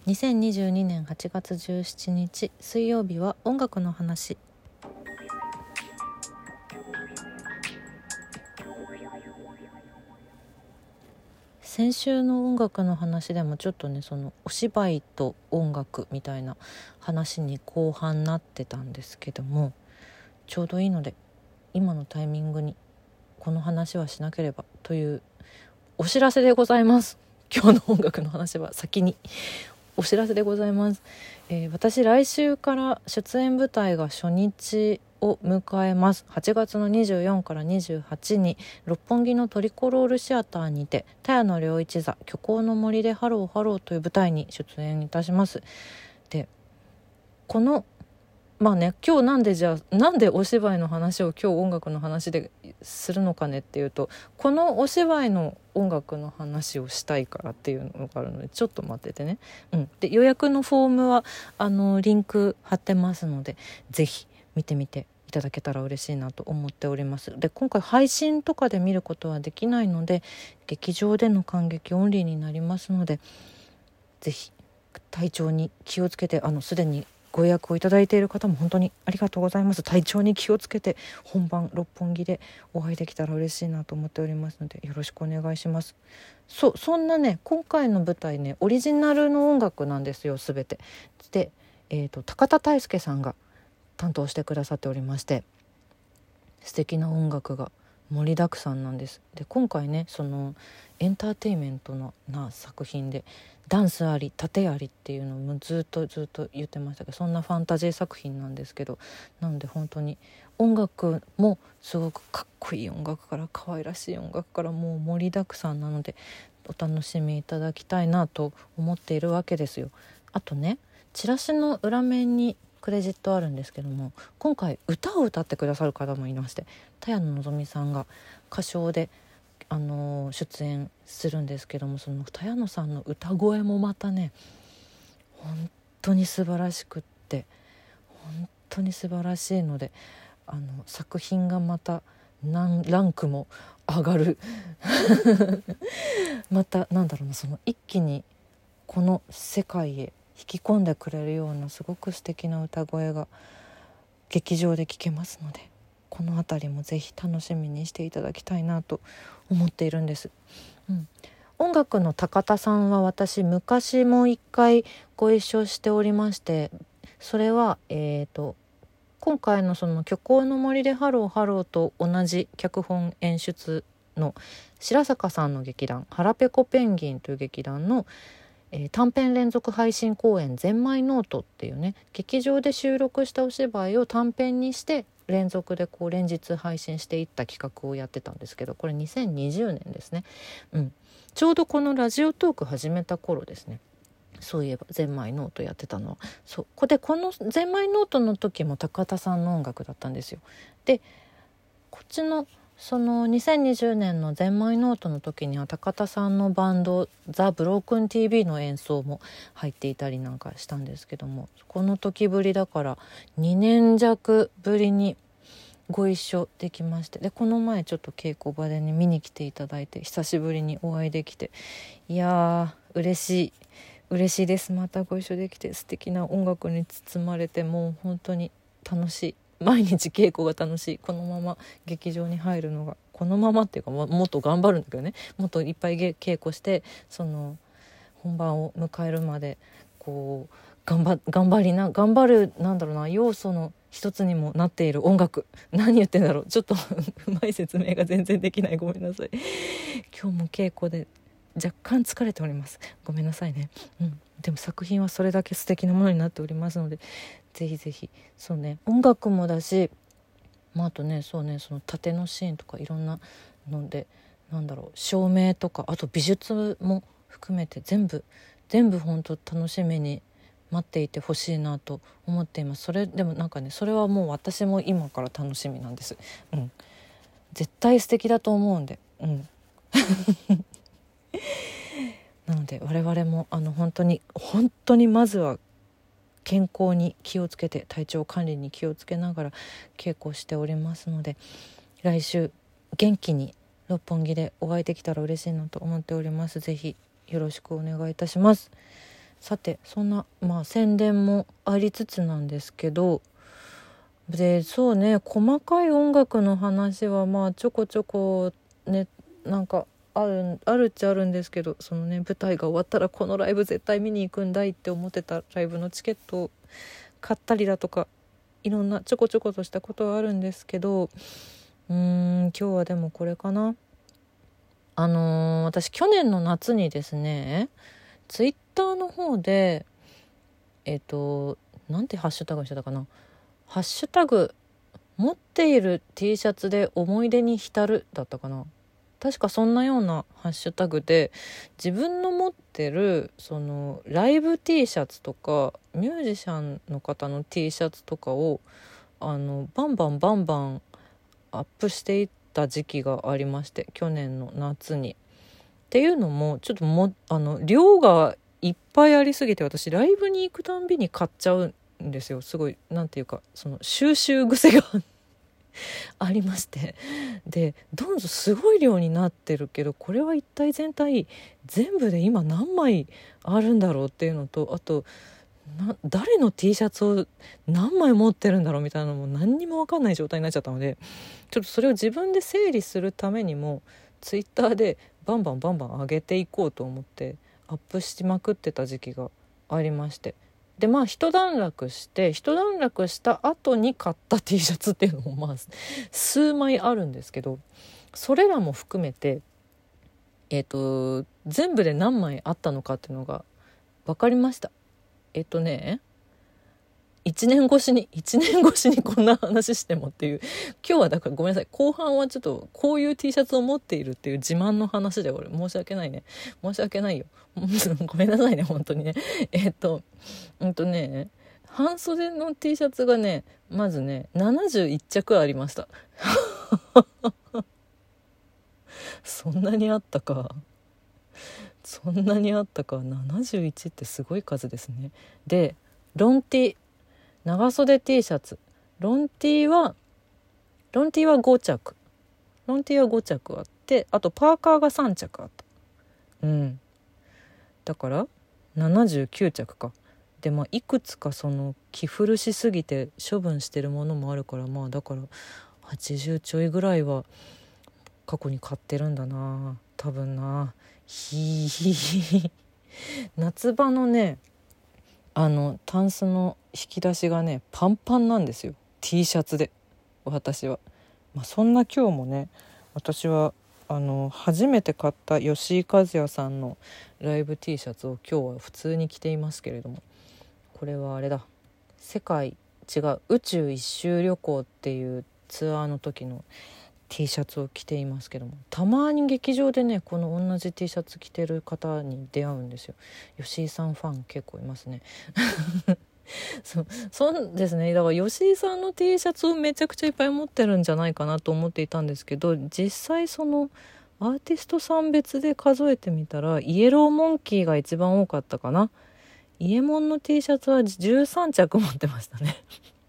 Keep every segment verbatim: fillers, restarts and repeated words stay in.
にせんにじゅうにねんはちがつじゅうしちにち水曜日は音楽の話。先週の音楽の話でもちょっとね、そのお芝居と音楽みたいな話に後半なってたんですけども、ちょうどいいので今のタイミングにこの話はしなければというお知らせでございます。今日の音楽の話は先にお知らせでございます。えー、私来週から出演舞台が初日を迎えます。はちがつのにじゅうよっかからにじゅうはちに六本木のトリコロールシアターにて田谷の良一座虚構の森でハローハローという舞台に出演いたします。で、このまあね、今日なんでじゃあなんでお芝居の話を今日音楽の話でするのかねっていうと、このお芝居の音楽の話をしたいからっていうのがあるので、ちょっと待っててね、うん、で予約のフォームはあのリンク貼ってますので、ぜひ見てみていただけたら嬉しいなと思っております。で、今回配信とかで見ることはできないので、劇場での観劇オンリーになりますので、ぜひ体調に気をつけて、あのすでにご予約をいただいている方も本当にありがとうございます。体調に気をつけて本番六本木でお会いできたら嬉しいなと思っておりますので、よろしくお願いします。そそんなね、今回の舞台ね、オリジナルの音楽なんですよ、すべてで、えーと、高田大輔さんが担当してくださっておりまして、素敵な音楽が盛りだくさんなんです。で、今回ね、そのエンターテインメントのな作品でダンスあり盾ありっていうのもずっとずっと言ってましたけど、そんなファンタジー作品なんですけど、なので本当に音楽もすごくかっこいい音楽から可愛らしい音楽からもう盛りだくさんなので、お楽しみいただきたいなと思っているわけですよ。あとね、チラシの裏面にクレジットあるんですけども、今回歌を歌ってくださる方もいまして、田谷の希さんが歌唱であの出演するんですけども、その田谷さんの歌声もまたね、本当に素晴らしくって、本当に素晴らしいので、あの作品がまた何ランクも上がるまたなんだろうな、その一気にこの世界へ引き込んでくれるようなすごく素敵な歌声が劇場で聴けますので、このあたりもぜひ楽しみにしていただきたいなと思っているんです、うん、音楽の高田さんは私昔も一回ご一緒しておりまして、それはえーと今回のその虚構の森でハローハローと同じ脚本演出の白坂さんの劇団腹ペコペンギンという劇団のえー、短編連続配信公演ゼンマイノートっていうね、劇場で収録したお芝居を短編にして連続でこう連日配信していった企画をやってたんですけど、これにせんにじゅうねんですね、うん、ちょうどこのラジオトーク始めた頃ですね。そういえばゼンマイノートやってたのはそこで、このゼンマイノートの時も高田さんの音楽だったんですよ。で、こっちのそのにせんにじゅうねんのゼンマイノートの時には高田さんのバンドザ・ブロークン ティービー の演奏も入っていたりなんかしたんですけども、この時ぶりだからにねん弱ぶりにご一緒できまして、でこの前ちょっと稽古場でね見に来ていただいて、久しぶりにお会いできて、いやー嬉しい嬉しいです。またご一緒できて、素敵な音楽に包まれて、もう本当に楽しい、毎日稽古が楽しい。このまま劇場に入るのが、このままっていうか も, もっと頑張るんだけどね、もっといっぱい稽古して、その本番を迎えるまでこう頑 張, 頑張りな頑張るなんだろうな要素の一つにもなっている音楽。何言ってんだろう、ちょっとうまい説明が全然できない、ごめんなさい。今日も稽古で若干疲れております、ごめんなさいね、うん、でも作品はそれだけ素敵なものになっておりますので、ぜひぜひ。そうね、音楽もだし、まあ、あとね、そうね、その縦のシーンとかいろんなので、なんだろう、照明とか、あと美術も含めて全部全部本当楽しみに待っていてほしいなと思っています。それでもなんかね、それはもう私も今から楽しみなんです、うん、絶対素敵だと思うんで、うんなので我々もあの本当に本当にまずは健康に気をつけて、体調管理に気をつけながら稽古しておりますので、来週元気に六本木でお会いできたら嬉しいなと思っております。ぜひよろしくお願いいたします。 さてそんな、まあ、宣伝もありつつなんですけど、でそうね、細かい音楽の話はまあちょこちょこね、なんかあるあるっちゃあるんですけど、そのね舞台が終わったらこのライブ絶対見に行くんだいって思ってたライブのチケットを買ったりだとか、いろんなちょこちょことしたことはあるんですけど、うーん今日はでもこれかな。あのー、私去年の夏にですね、ツイッターの方でえっとなんてハッシュタグにしてたかな、ハッシュタグ持っている T シャツで思い出に浸るだったかな、確かそんなようなハッシュタグで自分の持ってるそのライブ T シャツとかミュージシャンの方の T シャツとかをあのバンバンバンバンアップしていった時期がありまして、去年の夏に。っていうのもちょっともあの量がいっぱいありすぎて、私ライブに行くたんびに買っちゃうんですよ。すごいなんていうか、その収集癖がありまして、でどんどんすごい量になってるけど、これは一体全体全部で今何枚あるんだろうっていうのと、あとな誰の T シャツを何枚持ってるんだろうみたいなのも何にも分かんない状態になっちゃったので、ちょっとそれを自分で整理するためにもツイッターでバンバンバンバン上げていこうと思ってアップしまくってた時期がありまして、でまあ一段落して一段落した後に買った T シャツっていうのもまあ数枚あるんですけど、それらも含めてえっと全部で何枚あったのかっていうのが分かりました。えっとねいちねん越しにいちねん越しにこんな話してもっていう、今日はだからごめんなさい、後半はちょっとこういう T シャツを持っているっていう自慢の話で、俺申し訳ないね申し訳ないよごめんなさいね本当にね。えっとうんとね半袖の T シャツがねまずねななじゅういっちゃくありましたそんなにあったかそんなにあったか。ななじゅういちってすごい数ですね。でロン T、長袖 T シャツ、ロン T はロン T はごちゃく、ロン T はごちゃくあって、あとパーカーがさんちゃくあった。うんだからななじゅうきゅうちゃくか。でまあいくつかその着古しすぎて処分してるものもあるから、まあだからはちじゅうちょいぐらいは過去に買ってるんだな多分な。ひー夏場のねあのタンスの引き出しがねパンパンなんですよ T シャツで、私は。まあ、そんな今日もね、私はあの初めて買った吉井和也さんのライブ T シャツを今日は普通に着ていますけれども、これはあれだ、世界違う宇宙一周旅行っていうツアーの時の T シャツを着ていますけども、たまに劇場でねこの同じ T シャツ着てる方に出会うんですよ。吉井さんファン結構いますねそそうですね、だから吉井さんの T シャツをめちゃくちゃいっぱい持ってるんじゃないかなと思っていたんですけど、実際そのアーティストさん別で数えてみたらイエローモンキーが一番多かったかな。イエモンの T シャツはじゅうさんちゃく持ってましたね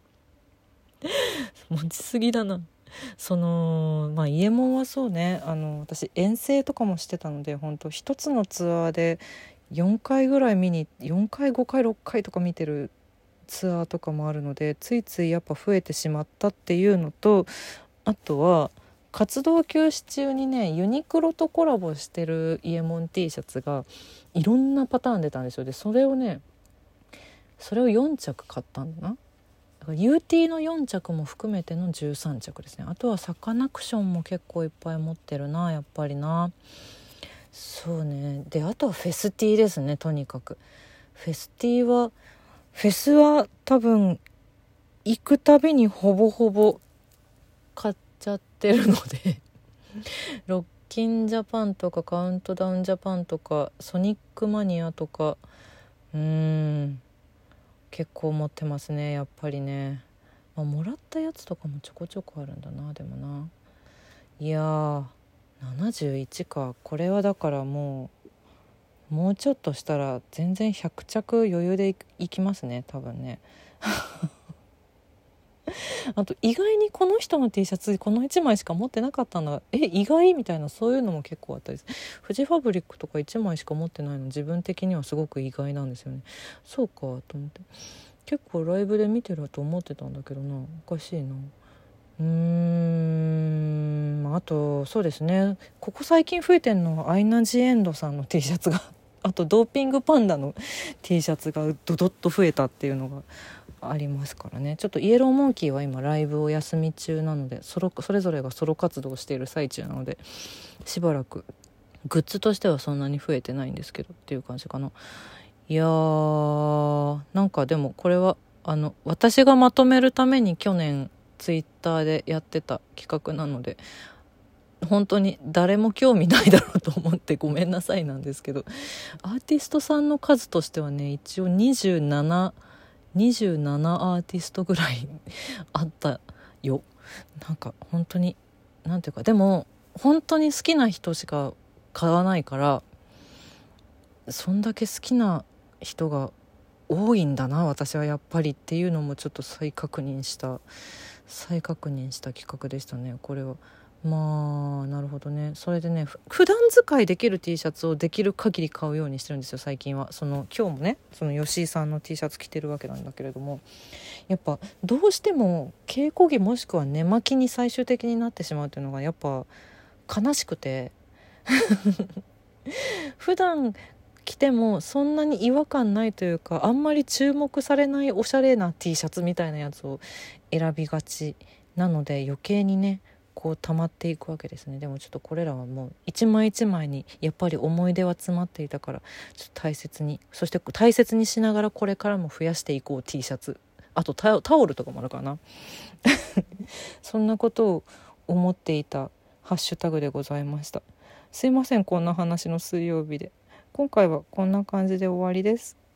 持ちすぎだな。そのまあイエモンはそうね、あの私遠征とかもしてたので、本当一つのツアーでよんかいぐらい見によんかいごかいろっかいとか見てるツアーとかもあるので、ついついやっぱ増えてしまったっていうのと、あとは活動休止中にねユニクロとコラボしてるイエモン T シャツがいろんなパターン出たんですよ。でそれをねそれをよんちゃく買ったんだな。だから ユーティー のよんちゃくも含めてのじゅうさんちゃくですね。あとはサカナクションも結構いっぱい持ってるなやっぱりな。そうね。であとはフェス T ですね。とにかくフェス T はフェスは多分行くたびにほぼほぼ買っちゃってるのでロッキンジャパンとかカウントダウンジャパンとかソニックマニアとかうーん結構持ってますねやっぱりね。まあ、もらったやつとかもちょこちょこあるんだな。でもないやーななじゅういちか。これはだからもうもうちょっとしたら全然ひゃくちゃく余裕でいきますね多分ねあと意外にこの人の T シャツこのいちまいしか持ってなかったんだ、え意外みたいな、そういうのも結構あったりです。フジファブリックとかいちまいしか持ってないの自分的にはすごく意外なんですよね。そうかと思って、結構ライブで見てると思ってたんだけどな、おかしいな。うーんあとそうですね、ここ最近増えてんのはアイナ・ジ・エンドさんの T シャツがあとドーピングパンダの T シャツがドドッと増えたっていうのがありますからね。ちょっとイエローモンキーは今ライブお休み中なので、ソロそれぞれがソロ活動している最中なので、しばらくグッズとしてはそんなに増えてないんですけどっていう感じかな。いやーなんかでもこれはあの私がまとめるために去年ツイッターでやってた企画なので、本当に誰も興味ないだろうと思ってごめんなさいなんですけど、アーティストさんの数としてはね、一応にじゅうなな、にじゅうななアーティストぐらいあったよ。なんか本当になんていうか、でも本当に好きな人しか買わないから、そんだけ好きな人が多いんだな私はやっぱりっていうのもちょっと再確認した再確認した企画でしたねこれは。まあなるほどね。それでね、普段使いできる T シャツをできる限り買うようにしてるんですよ最近は。その今日もね、その吉井さんの T シャツ着てるわけなんだけれども、やっぱどうしても稽古着もしくは寝巻きに最終的になってしまうっていうのがやっぱ悲しくて普段着てもそんなに違和感ないというか、あんまり注目されないおしゃれな T シャツみたいなやつを選びがちなので、余計にねこう溜まっていくわけですね。でもちょっとこれらはもう一枚一枚にやっぱり思い出は詰まっていたから、ちょっと大切に、そして大切にしながらこれからも増やしていこう T シャツ、あと タ, タオルとかもあるかなそんなことを思っていたハッシュタグでございました。すいませんこんな話の水曜日で。今回はこんな感じで終わりです。